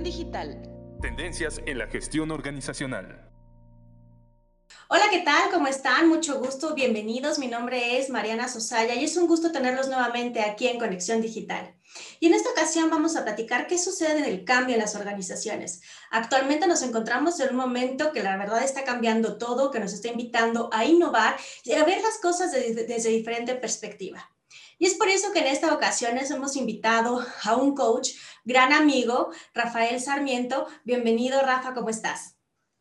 Digital. Tendencias en la gestión organizacional. Hola, ¿qué tal? ¿Cómo están? Mucho gusto, bienvenidos. Mi nombre es Mariana Sosaya y es un gusto tenerlos nuevamente aquí en Conexión Digital. Y en esta ocasión vamos a platicar qué sucede en el cambio en las organizaciones. Actualmente nos encontramos en un momento que la verdad está cambiando todo, que nos está invitando a innovar y a ver las cosas desde diferente perspectiva. Y es por eso que en esta ocasión hemos invitado a un coach, gran amigo, Rafael Sarmiento. Bienvenido, Rafa, ¿cómo estás?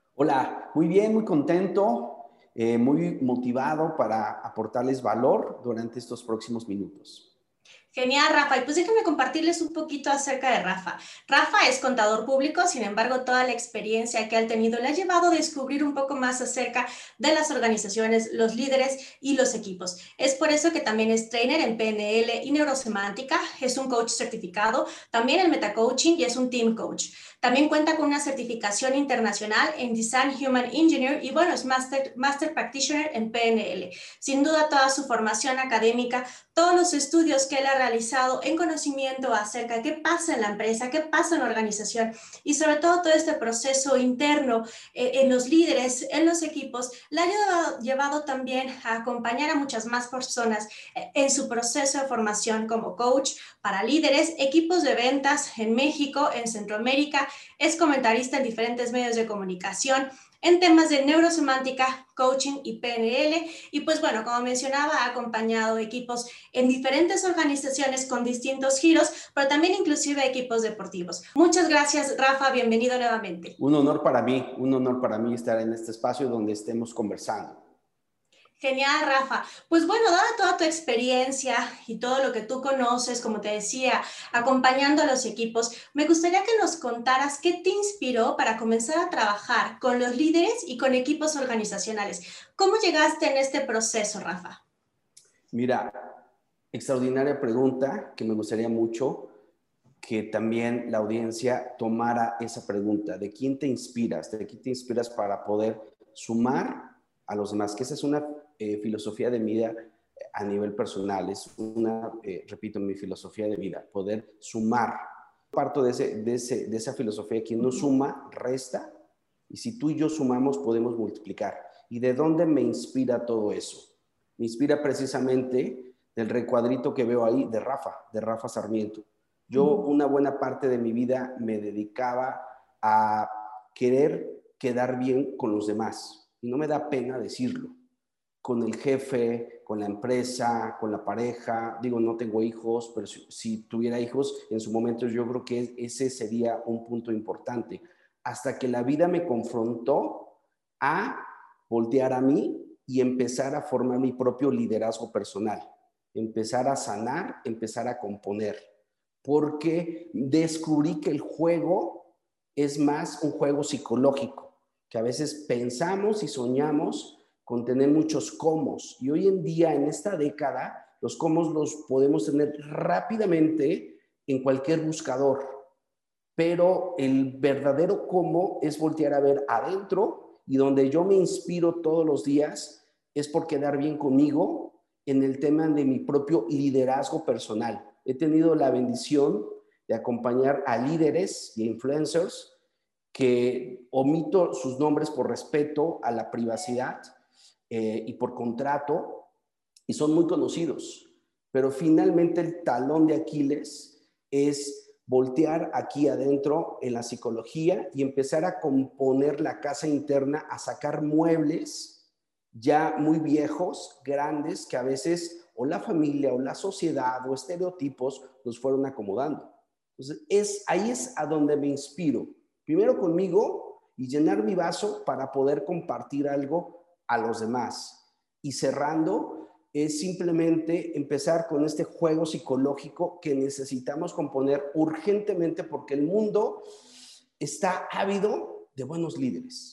Hola, muy bien, muy contento, muy motivado para aportarles valor durante estos próximos minutos. Genial, Rafa. Y pues déjenme compartirles un poquito acerca de Rafa. Rafa es contador público, sin embargo, toda la experiencia que ha tenido le ha llevado a descubrir un poco más acerca de las organizaciones, los líderes y los equipos. Es por eso que también es trainer en PNL y neurosemántica, es un coach certificado, también en metacoaching y es un team coach. También cuenta con una certificación internacional en Design Human Engineer y bueno, es Master Practitioner en PNL. Sin duda, toda su formación académica, todos los estudios que él ha realizado en conocimiento acerca de qué pasa en la empresa, qué pasa en la organización y sobre todo este proceso interno en los líderes, en los equipos, le ha llevado también a acompañar a muchas más personas en su proceso de formación como coach para líderes, equipos de ventas en México, en Centroamérica, es comentarista en diferentes medios de comunicación, en temas de neurosemántica, coaching y PNL. Y pues bueno, como mencionaba, ha acompañado equipos en diferentes organizaciones con distintos giros, pero también inclusive equipos deportivos. Muchas gracias, Rafa. Bienvenido nuevamente. Un honor para mí estar en este espacio donde estemos conversando. Genial, Rafa. Pues bueno, dada toda tu experiencia y todo lo que tú conoces, como te decía, acompañando a los equipos, me gustaría que nos contaras qué te inspiró para comenzar a trabajar con los líderes y con equipos organizacionales. ¿Cómo llegaste en este proceso, Rafa? Mira, extraordinaria pregunta que me gustaría mucho que también la audiencia tomara esa pregunta. ¿De quién te inspiras? ¿De quién te inspiras para poder sumar a los demás? Que esa es una filosofía de vida a nivel personal. Es una, repito, mi filosofía de vida, poder sumar. Parto de esa filosofía, quien no suma, resta. Y si tú y yo sumamos, podemos multiplicar. ¿Y de dónde me inspira todo eso? Me inspira precisamente del recuadrito que veo ahí de Rafa Sarmiento. Yo una buena parte de mi vida me dedicaba a querer quedar bien con los demás. Y no me da pena decirlo. Con el jefe, con la empresa, con la pareja. Digo, no tengo hijos, pero si tuviera hijos, en su momento yo creo que ese sería un punto importante. Hasta que la vida me confrontó a voltear a mí y empezar a formar mi propio liderazgo personal. Empezar a sanar, empezar a componer. Porque descubrí que el juego es más un juego psicológico, que a veces pensamos y soñamos con tener muchos comos. Y hoy en día, en esta década, los comos los podemos tener rápidamente en cualquier buscador. Pero el verdadero cómo es voltear a ver adentro, y donde yo me inspiro todos los días es por quedar bien conmigo en el tema de mi propio liderazgo personal. He tenido la bendición de acompañar a líderes y influencers que omito sus nombres por respeto a la privacidad y por contrato, y son muy conocidos. Pero finalmente el talón de Aquiles es voltear aquí adentro en la psicología y empezar a componer la casa interna, a sacar muebles ya muy viejos, grandes, que a veces o la familia o la sociedad o estereotipos nos fueron acomodando. Entonces, ahí es a donde me inspiro. Primero conmigo y llenar mi vaso para poder compartir algo a los demás. Y cerrando, es simplemente empezar con este juego psicológico que necesitamos componer urgentemente porque el mundo está ávido de buenos líderes.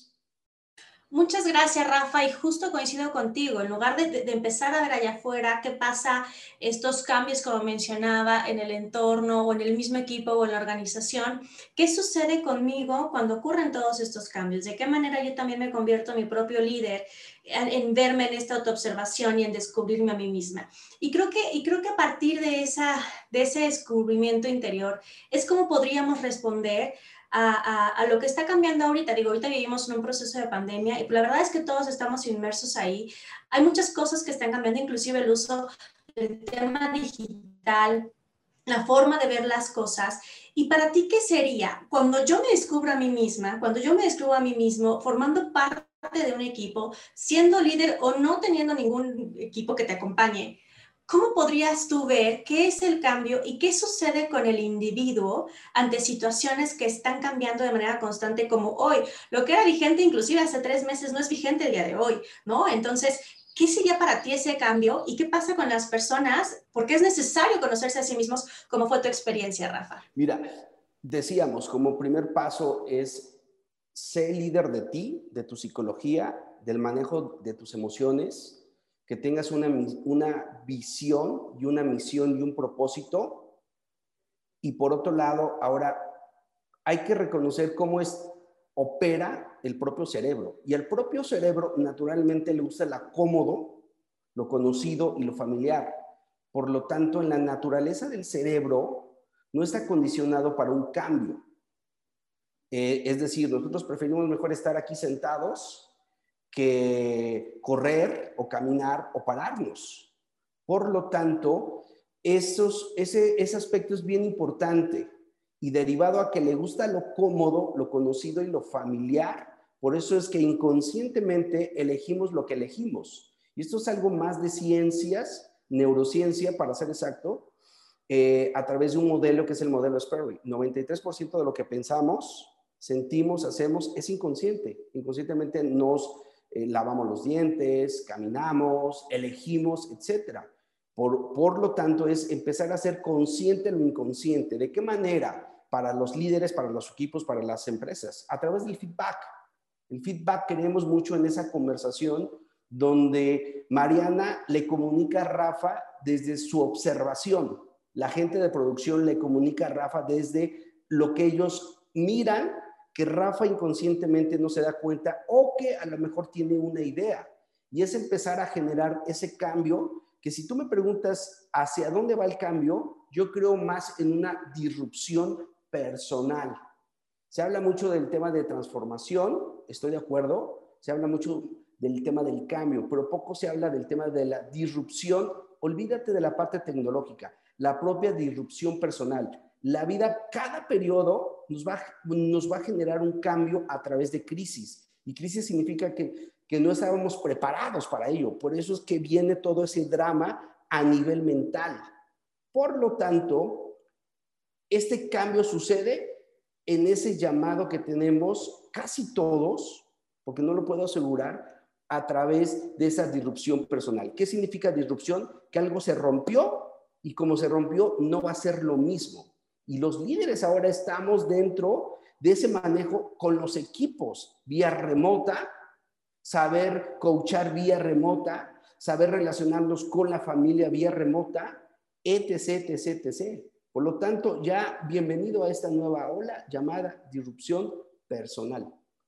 Muchas gracias, Rafa, y justo coincido contigo. En lugar de empezar a ver allá afuera qué pasa, estos cambios, como mencionaba, en el entorno o en el mismo equipo o en la organización, ¿qué sucede conmigo cuando ocurren todos estos cambios? ¿De qué manera yo también me convierto en mi propio líder en verme en esta autoobservación y en descubrirme a mí misma. Y creo que a partir de ese descubrimiento interior es como podríamos responder a lo que está cambiando ahorita. Digo, ahorita vivimos en un proceso de pandemia y la verdad es que todos estamos inmersos ahí. Hay muchas cosas que están cambiando, inclusive el uso del tema digital, la forma de ver las cosas. Y para ti, ¿qué sería cuando yo me descubro a mí misma, cuando yo me descubro a mí mismo, formando parte de un equipo, siendo líder o no teniendo ningún equipo que te acompañe? ¿Cómo podrías tú ver qué es el cambio y qué sucede con el individuo ante situaciones que están cambiando de manera constante como hoy? Lo que era vigente inclusive hace 3 meses no es vigente el día de hoy, ¿no? Entonces, ¿qué sería para ti ese cambio y qué pasa con las personas? Porque es necesario conocerse a sí mismos. ¿Cómo fue tu experiencia, Rafa? Mira, decíamos, como primer paso es ser líder de ti, de tu psicología, del manejo de tus emociones, que tengas una visión y una misión y un propósito. Y por otro lado, ahora hay que reconocer cómo opera el propio cerebro. Y al propio cerebro naturalmente le gusta lo cómodo, lo conocido y lo familiar. Por lo tanto, en la naturaleza del cerebro no está condicionado para un cambio. Es decir, nosotros preferimos mejor estar aquí sentados que correr o caminar o pararnos. Por lo tanto, ese aspecto es bien importante y derivado a que le gusta lo cómodo, lo conocido y lo familiar, por eso es que inconscientemente elegimos lo que elegimos. Y esto es algo más de ciencias, neurociencia para ser exacto, a través de un modelo que es el modelo Sperry. 93% de lo que pensamos, sentimos, hacemos es inconsciente. Inconscientemente nos lavamos los dientes, caminamos, elegimos, etc. Por lo tanto, es empezar a ser consciente de lo inconsciente. ¿De qué manera? Para los líderes, para los equipos, para las empresas. A través del feedback. El feedback queremos mucho en esa conversación donde Mariana le comunica a Rafa desde su observación. La gente de producción le comunica a Rafa desde lo que ellos miran, que Rafa inconscientemente no se da cuenta o que a lo mejor tiene una idea. Y es empezar a generar ese cambio que si tú me preguntas hacia dónde va el cambio, yo creo más en una disrupción personal. Se habla mucho del tema de transformación, estoy de acuerdo, se habla mucho del tema del cambio, pero poco se habla del tema de la disrupción. Olvídate de la parte tecnológica, la propia disrupción personal. La vida, cada periodo nos va a generar un cambio a través de crisis. Y crisis significa que no estábamos preparados para ello. Por eso es que viene todo ese drama a nivel mental. Por lo tanto, este cambio sucede en ese llamado que tenemos casi todos, porque no lo puedo asegurar, a través de esa disrupción personal. ¿Qué significa disrupción? Que algo se rompió y como se rompió no va a ser lo mismo. Y los líderes ahora estamos dentro de ese manejo con los equipos vía remota, saber coachar vía remota, saber relacionarnos con la familia vía remota, etc., etc., etc. Por lo tanto, ya bienvenido a esta nueva ola llamada disrupción personal.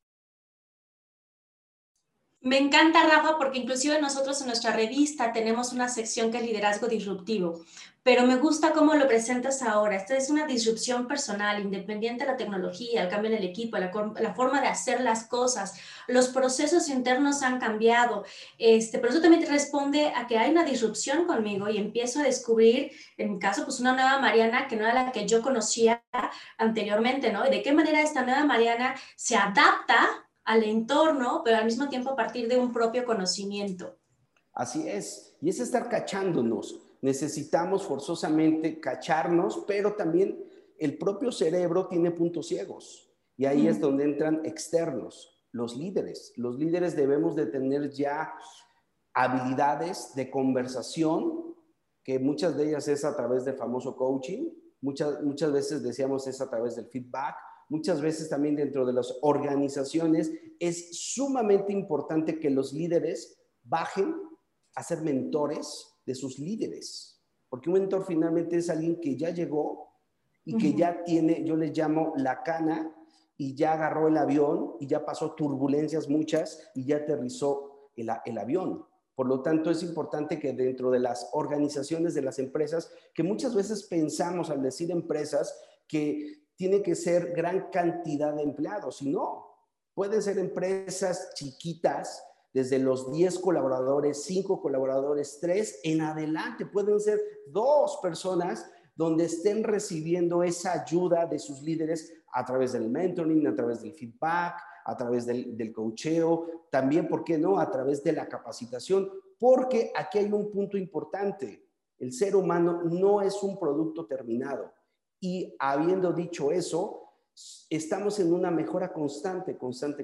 Me encanta, Rafa, porque inclusive nosotros en nuestra revista tenemos una sección que es liderazgo disruptivo, pero me gusta cómo lo presentas ahora. Esta es una disrupción personal, independiente de la tecnología, el cambio en el equipo, la forma de hacer las cosas, los procesos internos han cambiado, pero eso también responde a que hay una disrupción conmigo y empiezo a descubrir, en mi caso, pues una nueva Mariana que no era la que yo conocía anteriormente, ¿no? Y de qué manera esta nueva Mariana se adapta al entorno, pero al mismo tiempo a partir de un propio conocimiento. Así es, y es estar cachándonos. Necesitamos forzosamente cacharnos, pero también el propio cerebro tiene puntos ciegos. Y ahí es donde entran externos, los líderes. Los líderes debemos de tener ya habilidades de conversación, que muchas de ellas es a través del famoso coaching, muchas veces decíamos es a través del feedback, muchas veces también dentro de las organizaciones es sumamente importante que los líderes bajen a ser mentores de sus líderes, porque un mentor finalmente es alguien que ya llegó y que ya tiene, yo les llamo la cana, y ya agarró el avión y ya pasó turbulencias muchas y ya aterrizó el avión. Por lo tanto, es importante que dentro de las organizaciones de las empresas, que muchas veces pensamos al decir empresas que tiene que ser gran cantidad de empleados, y no, pueden ser empresas chiquitas, desde los 10 colaboradores, 5 colaboradores, 3 en adelante, pueden ser 2 personas donde estén recibiendo esa ayuda de sus líderes a través del mentoring, a través del feedback, a través del coacheo, también, ¿por qué no?, a través de la capacitación, porque aquí hay un punto importante. El ser humano no es un producto terminado. Y habiendo dicho eso, estamos en una mejora constante.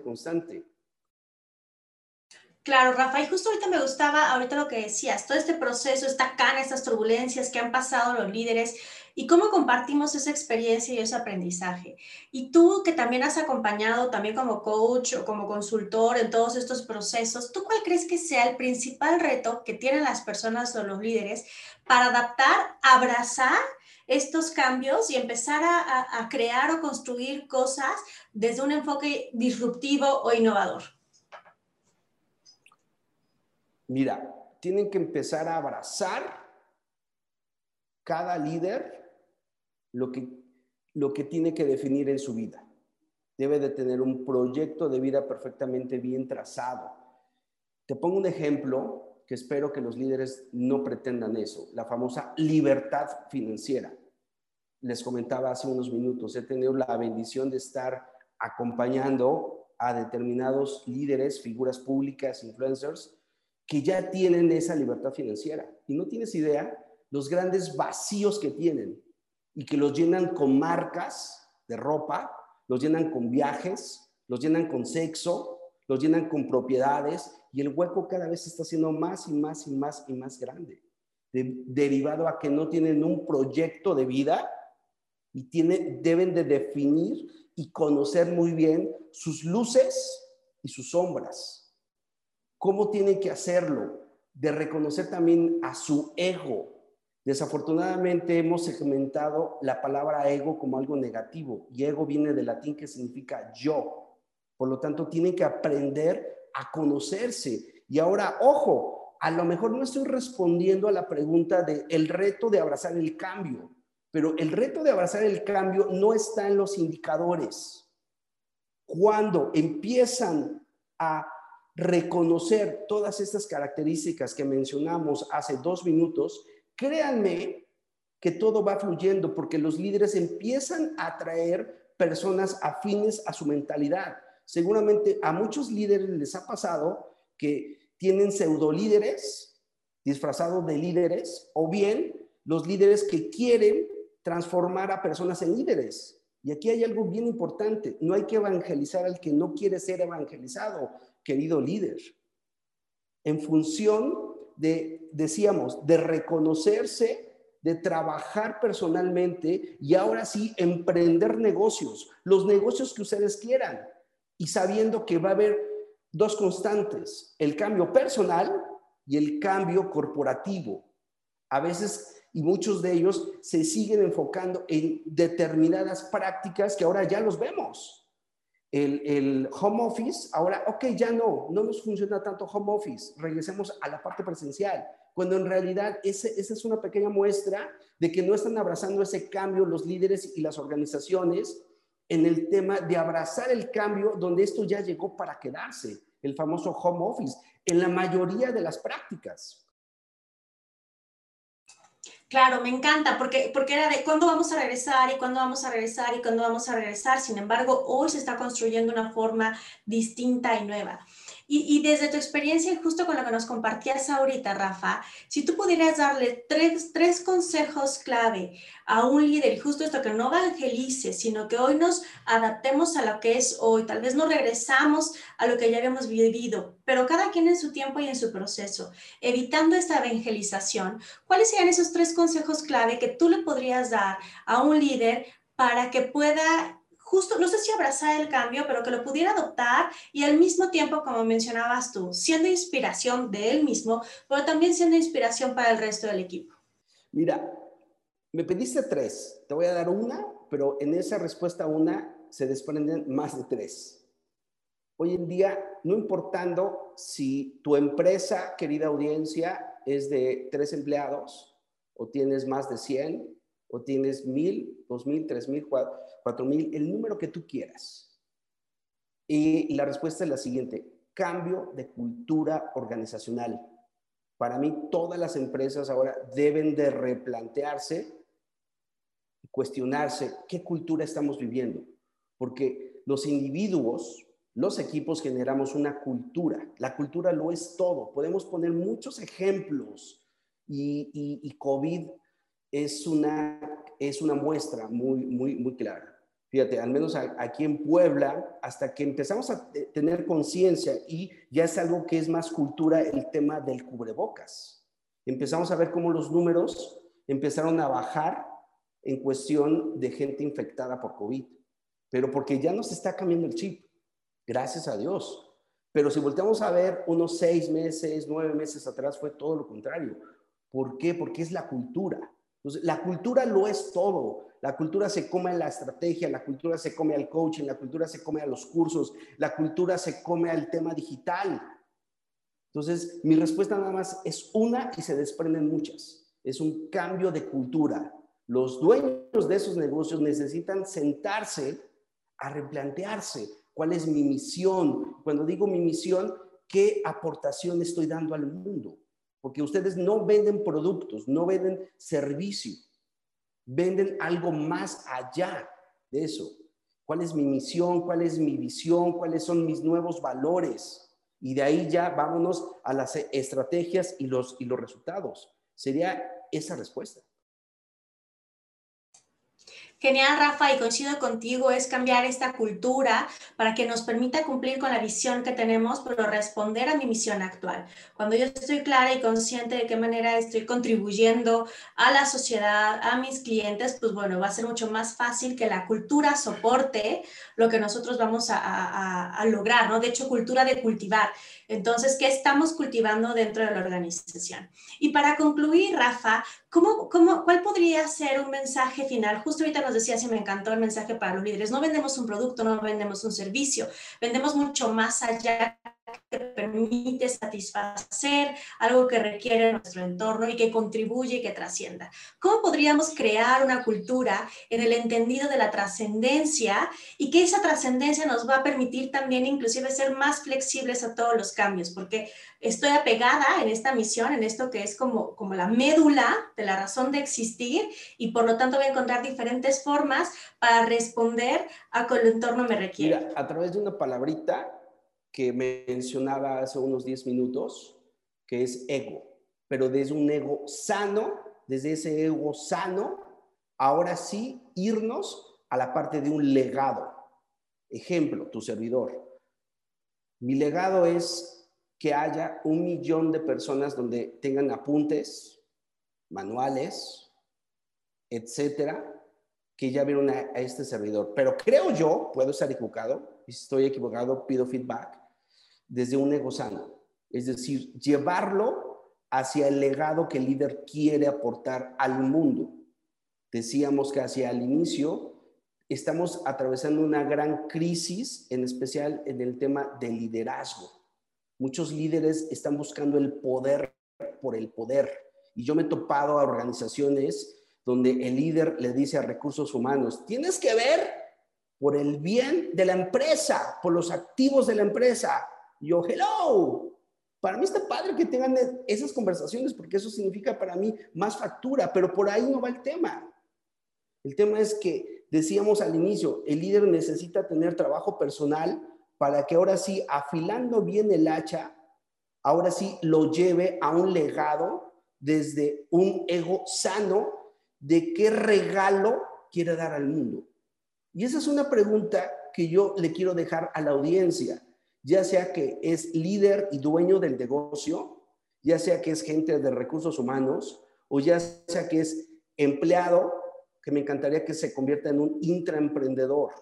Claro, Rafa, y justo ahorita me gustaba, ahorita lo que decías, todo este proceso, esta cana, estas turbulencias que han pasado los líderes y cómo compartimos esa experiencia y ese aprendizaje. Y tú que también has acompañado también como coach o como consultor en todos estos procesos, ¿tú cuál crees que sea el principal reto que tienen las personas o los líderes para adaptar, abrazar estos cambios y empezar a crear o construir cosas desde un enfoque disruptivo o innovador? Mira, tienen que empezar a abrazar cada líder lo que tiene que definir en su vida. Debe de tener un proyecto de vida perfectamente bien trazado. Te pongo un ejemplo que espero que los líderes no pretendan eso, la famosa libertad financiera. Les comentaba hace unos minutos, he tenido la bendición de estar acompañando a determinados líderes, figuras públicas, influencers, que ya tienen esa libertad financiera. Y no tienes idea los grandes vacíos que tienen y que los llenan con marcas de ropa, los llenan con viajes, los llenan con sexo, los llenan con propiedades, y el hueco cada vez se está haciendo más y más y más y más grande, derivado a que no tienen un proyecto de vida y deben de definir y conocer muy bien sus luces y sus sombras. ¿Cómo tienen que hacerlo? De reconocer también a su ego. Desafortunadamente hemos segmentado la palabra ego como algo negativo, y ego viene del latín que significa yo. Por lo tanto, tienen que aprender a conocerse. Y ahora, ojo, a lo mejor no estoy respondiendo a la pregunta del reto de abrazar el cambio, pero el reto de abrazar el cambio no está en los indicadores. Cuando empiezan a reconocer todas estas características que mencionamos hace 2 minutos, créanme que todo va fluyendo, porque los líderes empiezan a atraer personas afines a su mentalidad. Seguramente a muchos líderes les ha pasado que tienen pseudolíderes disfrazados de líderes, o bien los líderes que quieren transformar a personas en líderes. Y aquí hay algo bien importante: no hay que evangelizar al que no quiere ser evangelizado, querido líder. En función de, decíamos, de reconocerse, de trabajar personalmente y ahora sí emprender negocios, los negocios que ustedes quieran, y sabiendo que va a haber 2 constantes: el cambio personal y el cambio corporativo. A veces, y muchos de ellos, se siguen enfocando en determinadas prácticas que ahora ya los vemos. El home office, ahora, ok, ya no nos funciona tanto home office, regresemos a la parte presencial, cuando en realidad esa es una pequeña muestra de que no están abrazando ese cambio los líderes y las organizaciones en el tema de abrazar el cambio, donde esto ya llegó para quedarse, el famoso home office, en la mayoría de las prácticas. Claro, me encanta, porque era de cuándo vamos a regresar y cuándo vamos a regresar y cuándo vamos a regresar. Sin embargo, hoy se está construyendo una forma distinta y nueva. Y desde tu experiencia, y justo con lo que nos compartías ahorita, Rafa, si tú pudieras darle tres consejos clave a un líder, y justo esto, que no evangelice, sino que hoy nos adaptemos a lo que es hoy, tal vez no regresamos a lo que ya habíamos vivido, pero cada quien en su tiempo y en su proceso, evitando esta evangelización. ¿Cuáles serían esos 3 consejos clave que tú le podrías dar a un líder para que pueda, justo, no sé si abrazar el cambio, pero que lo pudiera adoptar y al mismo tiempo, como mencionabas tú, siendo inspiración de él mismo, pero también siendo inspiración para el resto del equipo? Mira, me pediste 3, te voy a dar una, pero en esa respuesta una se desprenden más de 3. Hoy en día no importando si tu empresa, querida audiencia, es de 3 empleados, o tienes más de 100, o tienes 1000, 2000, 3000, 4000, el número que tú quieras. Y la respuesta es la siguiente: cambio de cultura organizacional. Para mí, todas las empresas ahora deben de replantearse y cuestionarse qué cultura estamos viviendo. Porque los individuos, los equipos generamos una cultura. La cultura lo es todo. Podemos poner muchos ejemplos y COVID es una muestra muy clara. Fíjate, al menos aquí en Puebla, hasta que empezamos a tener conciencia y ya es algo que es más cultura, el tema del cubrebocas. Empezamos a ver cómo los números empezaron a bajar en cuestión de gente infectada por COVID. Pero porque ya nos está cambiando el chip, gracias a Dios. Pero si volteamos a ver unos 6 meses, 9 meses atrás, fue todo lo contrario. ¿Por qué? Porque es la cultura. Entonces, la cultura lo es todo. La cultura se come a la estrategia, la cultura se come al coaching, la cultura se come a los cursos, la cultura se come al tema digital. Entonces, mi respuesta nada más es una y se desprenden muchas. Es un cambio de cultura. Los dueños de esos negocios necesitan sentarse a replantearse cuál es mi misión. Cuando digo mi misión, ¿qué aportación estoy dando al mundo? Porque ustedes no venden productos, no venden servicio, venden algo más allá de eso. ¿Cuál es mi misión? ¿Cuál es mi visión? ¿Cuáles son mis nuevos valores? Y de ahí ya vámonos a las estrategias y los resultados. Sería esa respuesta. Genial, Rafa, y coincido contigo, es cambiar esta cultura para que nos permita cumplir con la visión que tenemos, pero responder a mi misión actual. Cuando yo estoy clara y consciente de qué manera estoy contribuyendo a la sociedad, a mis clientes, pues bueno, va a ser mucho más fácil que la cultura soporte lo que nosotros vamos a lograr, ¿no? De hecho, cultura de cultivar. Entonces, ¿qué estamos cultivando dentro de la organización? Y para concluir, Rafa, ¿cuál podría ser un mensaje final? Justo ahorita nos decías y me encantó el mensaje para los líderes. No vendemos un producto, no vendemos un servicio, vendemos mucho más allá, que permite satisfacer algo que requiere nuestro entorno y que contribuye y que trascienda. ¿Cómo podríamos crear una cultura en el entendido de la trascendencia y que esa trascendencia nos va a permitir también inclusive ser más flexibles a todos los cambios? Porque estoy apegada en esta misión, en esto que es como la médula de la razón de existir, y por lo tanto voy a encontrar diferentes formas para responder a que el entorno me requiere. Mira, a través de una palabrita que mencionaba hace unos 10 minutos, que es ego, pero desde un ego sano, desde ese ego sano, ahora sí irnos a la parte de un legado. Ejemplo, tu servidor. Mi legado es que haya 1 millón de personas donde tengan apuntes, manuales, etcétera, que ya vieron a este servidor. Pero creo yo, puedo estar equivocado, y si estoy equivocado, pido feedback, desde un ego sano. Es decir, llevarlo hacia el legado que el líder quiere aportar al mundo. Decíamos que hacia el inicio estamos atravesando una gran crisis, en especial en el tema del liderazgo. Muchos líderes están buscando el poder por el poder. Y yo me he topado a organizaciones donde el líder le dice a recursos humanos: tienes que ver por el bien de la empresa, por los activos de la empresa. Y yo, hello, para mí está padre que tengan esas conversaciones, porque eso significa para mí más factura, pero por ahí no va el tema. El tema es que, decíamos al inicio, el líder necesita tener trabajo personal para que ahora sí, afilando bien el hacha, ahora sí lo lleve a un legado desde un ego sano de qué regalo quiere dar al mundo. Y esa es una pregunta que yo le quiero dejar a la audiencia, ya sea que es líder y dueño del negocio, ya sea que es gente de recursos humanos, o ya sea que es empleado, que me encantaría que se convierta en un intraemprendedor.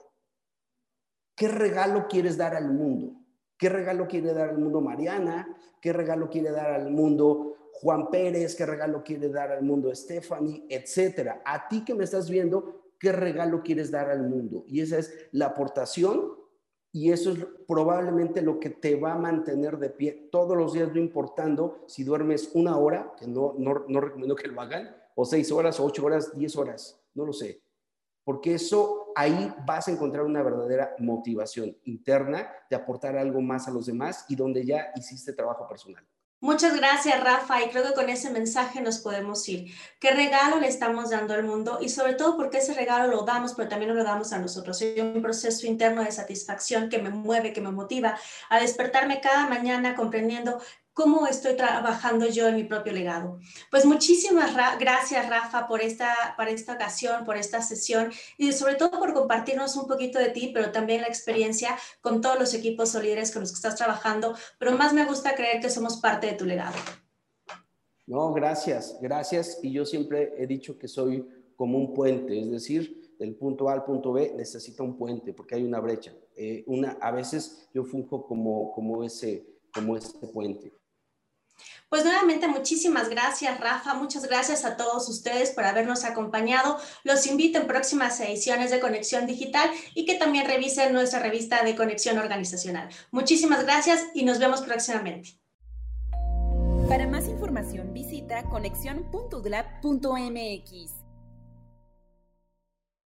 ¿Qué regalo quieres dar al mundo? ¿Qué regalo quiere dar al mundo Mariana? ¿Qué regalo quiere dar al mundo Juan Pérez? ¿Qué regalo quiere dar al mundo Stephanie? Etcétera. A ti que me estás viendo, ¿qué regalo quieres dar al mundo? Y esa es la aportación Y eso es probablemente lo que te va a mantener de pie todos los días, no importando si duermes 1 hora, que no recomiendo que lo hagan, o 6 horas, o 8 horas, 10 horas, no lo sé. Porque eso, ahí vas a encontrar una verdadera motivación interna de aportar algo más a los demás y donde ya hiciste trabajo personal. Muchas gracias, Rafa, y creo que con ese mensaje nos podemos ir. ¿Qué regalo le estamos dando al mundo? Y sobre todo porque ese regalo lo damos, pero también lo damos a nosotros. Hay un proceso interno de satisfacción que me mueve, que me motiva a despertarme cada mañana comprendiendo cómo estoy trabajando yo en mi propio legado. Pues muchísimas gracias, Rafa, por esta ocasión, por esta sesión y sobre todo por compartirnos un poquito de ti, pero también la experiencia con todos los equipos o líderes con los que estás trabajando, pero más me gusta creer que somos parte de tu legado. No, gracias. Y yo siempre he dicho que soy como un puente, es decir, del punto A al punto B necesita un puente porque hay una brecha. A veces yo funjo como ese puente. Pues nuevamente muchísimas gracias, Rafa, muchas gracias a todos ustedes por habernos acompañado. Los invito en próximas ediciones de Conexión Digital y que también revisen nuestra revista de Conexión Organizacional. Muchísimas gracias y nos vemos próximamente. Para más información visita conexion.udlab.mx.